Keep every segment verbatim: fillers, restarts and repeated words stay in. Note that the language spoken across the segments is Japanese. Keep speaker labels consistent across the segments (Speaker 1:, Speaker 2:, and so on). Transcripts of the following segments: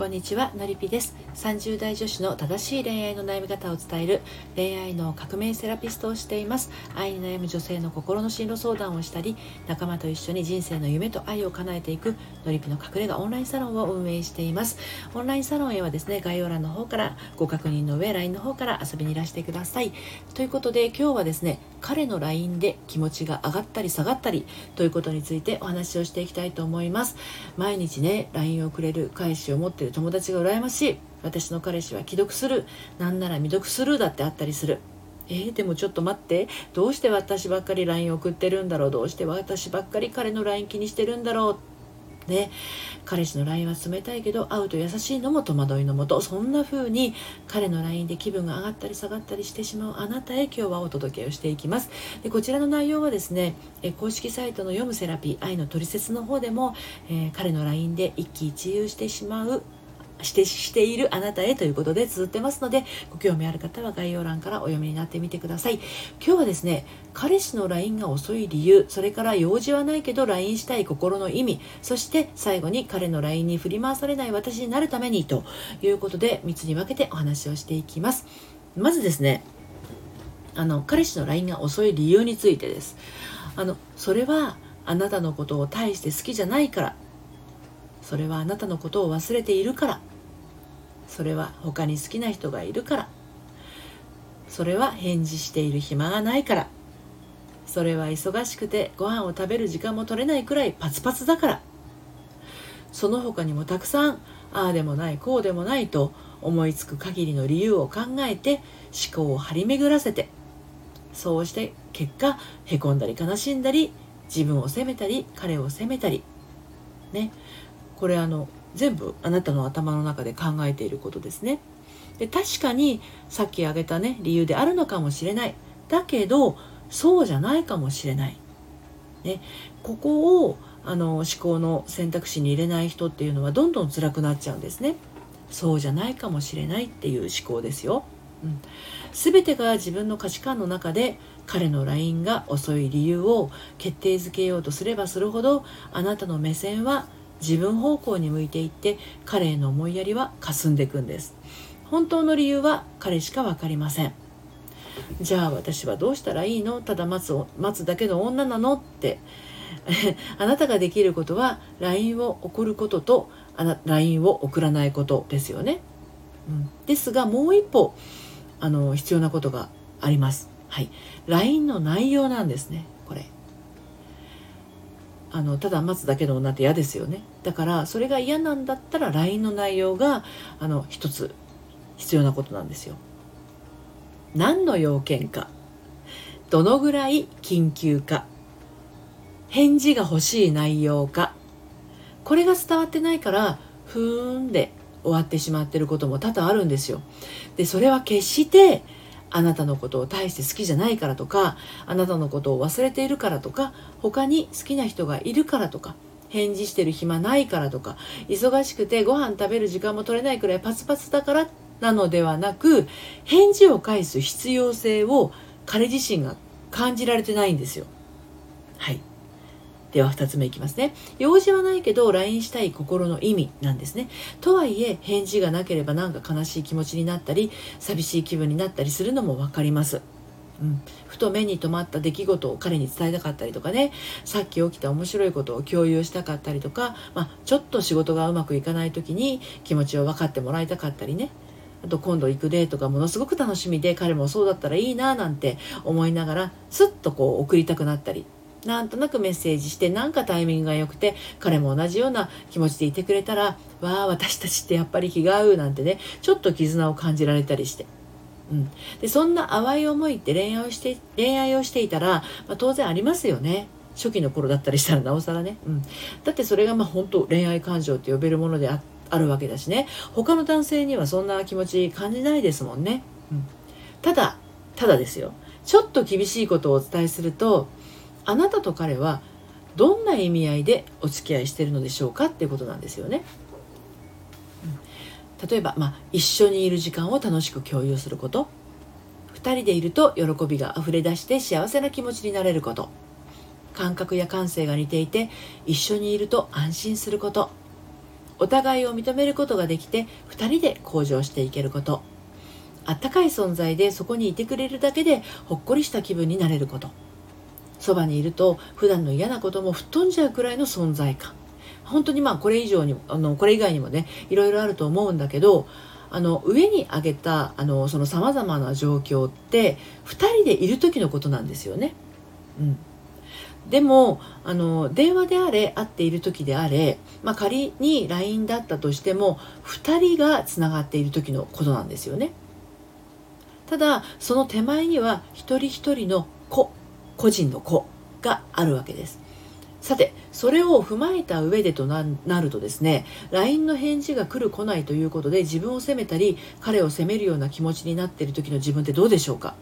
Speaker 1: んにちは、のりぴです。さんじゅう代女子の正しい恋愛の悩み方を伝える恋愛の革命セラピストをしています。愛に悩む女性の心の進路相談をしたり、仲間と一緒に人生の夢と愛を叶えていくのりぴの隠れ家オンラインサロンを運営しています。オンラインサロンへはですね、概要欄の方からご確認の上、 ライン の方から遊びにいらしてください。ということで、今日はですね、彼の ライン で気持ちが上がったり下がったりということについてお話をしていきたいと思います。毎日ね ライン をくれる彼氏を持っている友達が羨ましい、私の彼氏は既読する、なんなら未読スルーだってあったりする。えー、でもちょっと待って、どうして私ばっかり ライン を送ってるんだろう、どうして私ばっかり彼の ライン 気にしてるんだろうね、彼氏の ライン は冷たいけど会うと優しいのも戸惑いのもと、そんな風に彼の ライン で気分が上がったり下がったりしてしまうあなたへ今日はお届けをしていきます。でこちらの内容はですね、え公式サイトの読むセラピー愛のトリセツの方でも、えー、彼の ライン で一喜一憂してしまうしてしているあなたへということで綴ってますので、ご興味ある方は概要欄からお読みになってみてください。今日はですね、彼氏の ライン が遅い理由、それから用事はないけど ライン したい心の意味、そして最後に彼の ライン に振り回されない私になるためにということでみっつに分けてお話をしていきます。まずですね、あの彼氏の ライン が遅い理由についてです。あのそれはあなたのことを大して好きじゃないから、それはあなたのことを忘れているから、それは他に好きな人がいるから、それは返事している暇がないから、それは忙しくてご飯を食べる時間も取れないくらいパツパツだから、その他にもたくさんああでもないこうでもないと思いつく限りの理由を考えて思考を張り巡らせて、そうして結果へこんだり悲しんだり自分を責めたり彼を責めたりね、これあの全部あなたの頭の中で考えていることですね。で確かにさっき挙げたね理由であるのかもしれない。だけどそうじゃないかもしれない、ね、ここをあの思考の選択肢に入れない人っていうのはどんどん辛くなっちゃうんですね。そうじゃないかもしれないっていう思考ですよ。うん、全てが自分の価値観の中で彼の ライン が遅い理由を決定づけようとすればするほど、あなたの目線は自分方向に向いていって彼への思いやりは霞んでいくんです。本当の理由は彼しか分かりません。じゃあ私はどうしたらいいの、ただ待つ待つだけの女なのってあなたができることは ライン を送ることとあな ライン を送らないことですよね。うん、ですがもう一歩あの必要なことがあります。はい、ライン の内容なんですね。これあのただ待つだけの女って嫌ですよね。だからそれが嫌なんだったら ライン の内容があの一つ必要なことなんですよ。何の要件か、どのぐらい緊急か、返事が欲しい内容か、これが伝わってないからふーんで終わってしまってることも多々あるんですよ。でそれは決してあなたのことを大して好きじゃないからとか、あなたのことを忘れているからとか、他に好きな人がいるからとか、返事してる暇ないからとか、忙しくてご飯食べる時間も取れないくらいパツパツだからなのではなく、返事を返す必要性を彼自身が感じられてないんですよ。はい。ではふたつめいきますね。用事はないけど ライン したい心の意味なんですね。とはいえ返事がなければなんか悲しい気持ちになったり寂しい気分になったりするのも分かります。うん、ふと目に留まった出来事を彼に伝えたかったりとかね、さっき起きた面白いことを共有したかったりとか、まあ、ちょっと仕事がうまくいかない時に気持ちを分かってもらいたかったりね、あと今度行くデートがものすごく楽しみで彼もそうだったらいいななんて思いながらスッとこう送りたくなったり、なんとなくメッセージしてなんかタイミングが良くて彼も同じような気持ちでいてくれたら、わあ私たちってやっぱり気が合うなんてね、ちょっと絆を感じられたりして、うん、でそんな淡い思いって恋愛をして恋愛をしていたら、まあ、当然ありますよね。初期の頃だったりしたらなおさらね、うん、だってそれがまあ本当恋愛感情って呼べるもので あ, あるわけだしね、他の男性にはそんな気持ち感じないですもんね。うん、ただただですよ、ちょっと厳しいことをお伝えすると、あなたと彼はどんな意味合いでお付き合いしているのでしょうかっていうことなんですよね。うん、例えば、まあ、一緒にいる時間を楽しく共有すること、二人でいると喜びがあふれ出して幸せな気持ちになれること、感覚や感性が似ていて一緒にいると安心すること、 お互いを認めることができてふたりで向上していけること。あったかい存在でそこにいてくれるだけでほっこりした気分になれること。そばにいると普段の嫌なことも吹っ飛んじゃうくらいの存在感。本当にまあこれ以上にあのこれ以外にもねいろいろあると思うんだけど、あの上に挙げたあのそのさまざまな状況ってふたりでいる時のことなんですよね。うん、でもあの電話であれ会っている時であれ、まあ、仮に ライン だったとしてもふたりがつながっている時のことなんですよね。ただその手前には一人一人の個個人の個があるわけです。さてそれを踏まえた上でと な, なるとですね ライン の返事が来る来ないということで自分を責めたり彼を責めるような気持ちになっている時の自分ってどうでしょうか。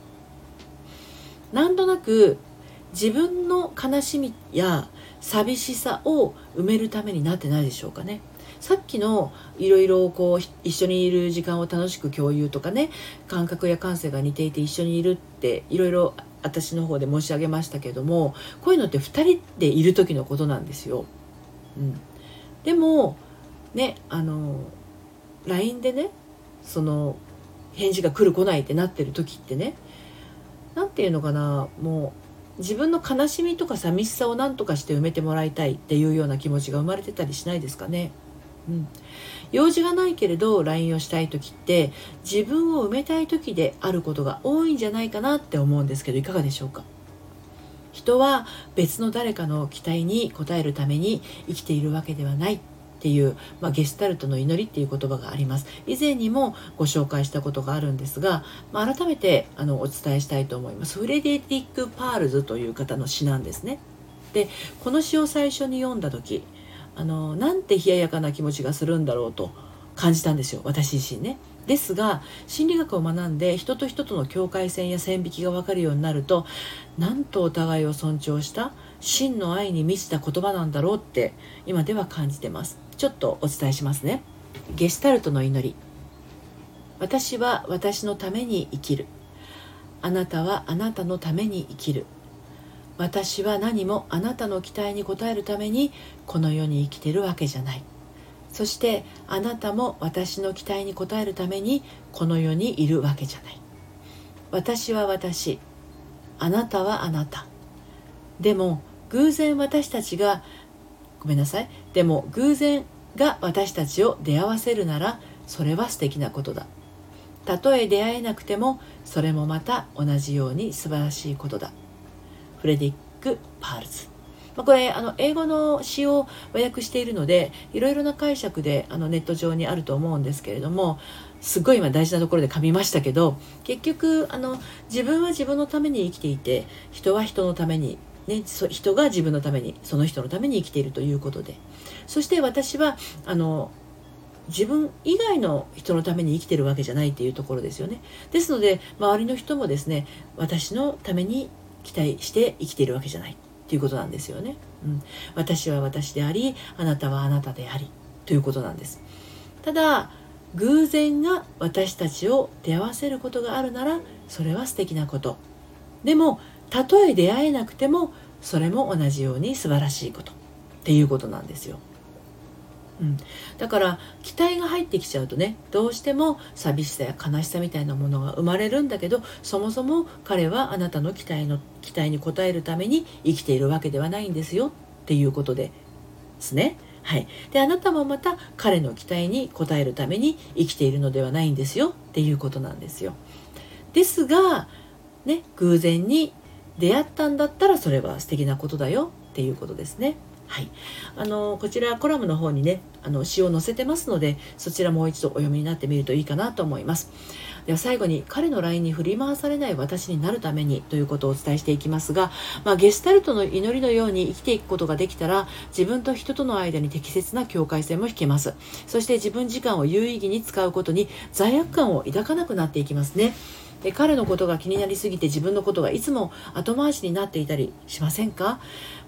Speaker 1: なんとなく自分の悲しみや寂しさを埋めるためになってないでしょうかね。さっきのいろいろこう一緒にいる時間を楽しく共有とかね、感覚や感性が似ていて一緒にいるっていろいろ私の方で申し上げましたけども、こういうのってふたりでいる時のことなんですよ。うん、でもね、あの ライン でねその返事が来る来ないってなってる時ってね、なんていうのかな、もう自分の悲しみとか寂しさを何とかして埋めてもらいたいっていうような気持ちが生まれてたりしないですかね。うん、用事がないけれど ライン をしたい時って自分を埋めたい時であることが多いんじゃないかなって思うんですけど、いかがでしょうか。人は別の誰かの期待に応えるために生きているわけではないっていう、まあ、ゲスタルトの祈りっていう言葉があります。以前にもご紹介したことがあるんですが、まあ、改めてあのお伝えしたいと思います。フレデリック・パールズという方の詩なんですね。でこの詩を最初に読んだ時、あのなんて冷ややかな気持ちがするんだろうと感じたんですよ、私自身ね。ですが心理学を学んで人と人との境界線や線引きが分かるようになると、なんとお互いを尊重した真の愛に満ちた言葉なんだろうって今では感じてます。ちょっとお伝えしますね。ゲシュタルトの祈り。私は私のために生きる。あなたはあなたのために生きる。私は何もあなたの期待に応えるためにこの世に生きているわけじゃない。そしてあなたも私の期待に応えるためにこの世にいるわけじゃない。私は私、あなたはあなた。でも偶然私たちがごめんなさいでも偶然が私たちを出会わせるならそれは素敵なことだ。たとえ出会えなくてもそれもまた同じように素晴らしいことだ。フレデリック・パールズ。まあ、これあの英語の詩を和訳しているのでいろいろな解釈であのネット上にあると思うんですけれども、すごい今大事なところで噛みましたけど、結局あの自分は自分のために生きていて人は人のために、ね、人が自分のためにその人のために生きているということで、そして私はあの自分以外の人のために生きているわけじゃないっていうところですよね。ですので周りの人もですね、私のために期待して生きているわけじゃないということなんですよね。うん、私は私でありあなたはあなたでありということなんです。ただ偶然が私たちを出会わせることがあるならそれは素敵なこと。でもたとえ出会えなくてもそれも同じように素晴らしいことっていうことなんですよ。うん、だから期待が入ってきちゃうとね、どうしても寂しさや悲しさみたいなものが生まれるんだけど、そもそも彼はあなたの期待の期待に応えるために生きているわけではないんですよっていうことですね。はい、であなたもまた彼の期待に応えるために生きているのではないんですよっていうことなんですよ。ですがね、偶然に出会ったんだったらそれは素敵なことだよっていうことですね。はい、あのこちらコラムの方にねあの詩を載せてますので、そちらもう一度お読みになってみるといいかなと思います。では最後に彼の ライン に振り回されない私になるためにということをお伝えしていきますが、まあ、ゲシュタルトの祈りのように生きていくことができたら自分と人との間に適切な境界線も引けます。そして自分時間を有意義に使うことに罪悪感を抱かなくなっていきますね。で彼のことが気になりすぎて自分のことがいつも後回しになっていたりしませんか？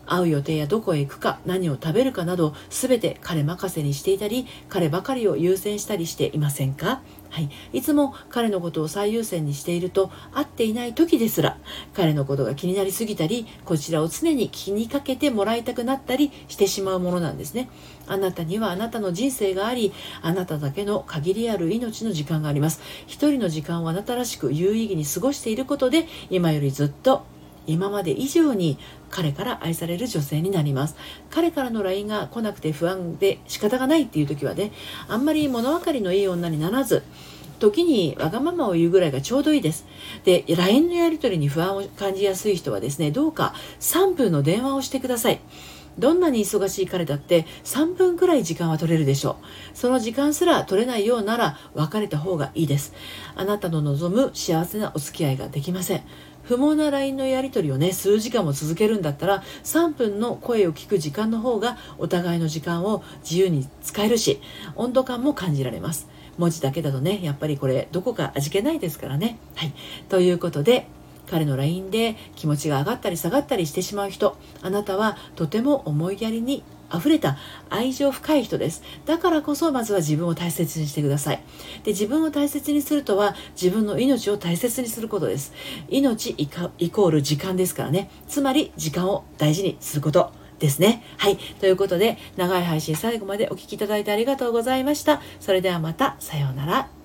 Speaker 1: 会う予定やどこへ行くか、何を食べるかなど全て彼任せにしていたり、彼ばかりを優先したりしていませんか？はい、いつも彼のことを最優先にしていると、会っていない時ですら彼のことが気になりすぎたり、こちらを常に気にかけてもらいたくなったりしてしまうものなんですね。あなたにはあなたの人生があり、あなただけの限りある命の時間があります。一人の時間をあなたらしく有意義に過ごしていることで、今よりずっと今まで以上に彼から愛される女性になります。彼からの ライン が来なくて不安で仕方がないっていう時はね、あんまり物分かりのいい女にならず、時にわがままを言うぐらいがちょうどいいです。で、ライン のやり取りに不安を感じやすい人はですね、どうかさんぷんの電話をしてください。どんなに忙しい彼だってさんぷんくらい時間は取れるでしょう。その時間すら取れないようなら別れた方がいいです。あなたの望む幸せなお付き合いができません。不毛な ライン のやり取りをね、数時間も続けるんだったら、さんぷんの声を聞く時間の方がお互いの時間を自由に使えるし、温度感も感じられます。文字だけだとね、やっぱりこれどこか味気ないですからね。はい。ということで、彼の ライン で気持ちが上がったり下がったりしてしまう人、あなたはとても思いやりに溢れた愛情深い人です。だからこそまずは自分を大切にしてください。で、自分を大切にするとは自分の命を大切にすることです。命イコール時間ですからね。つまり時間を大事にすることですね。はい。ということで、長い配信最後までお聞きいただいてありがとうございました。それではまた、さようなら。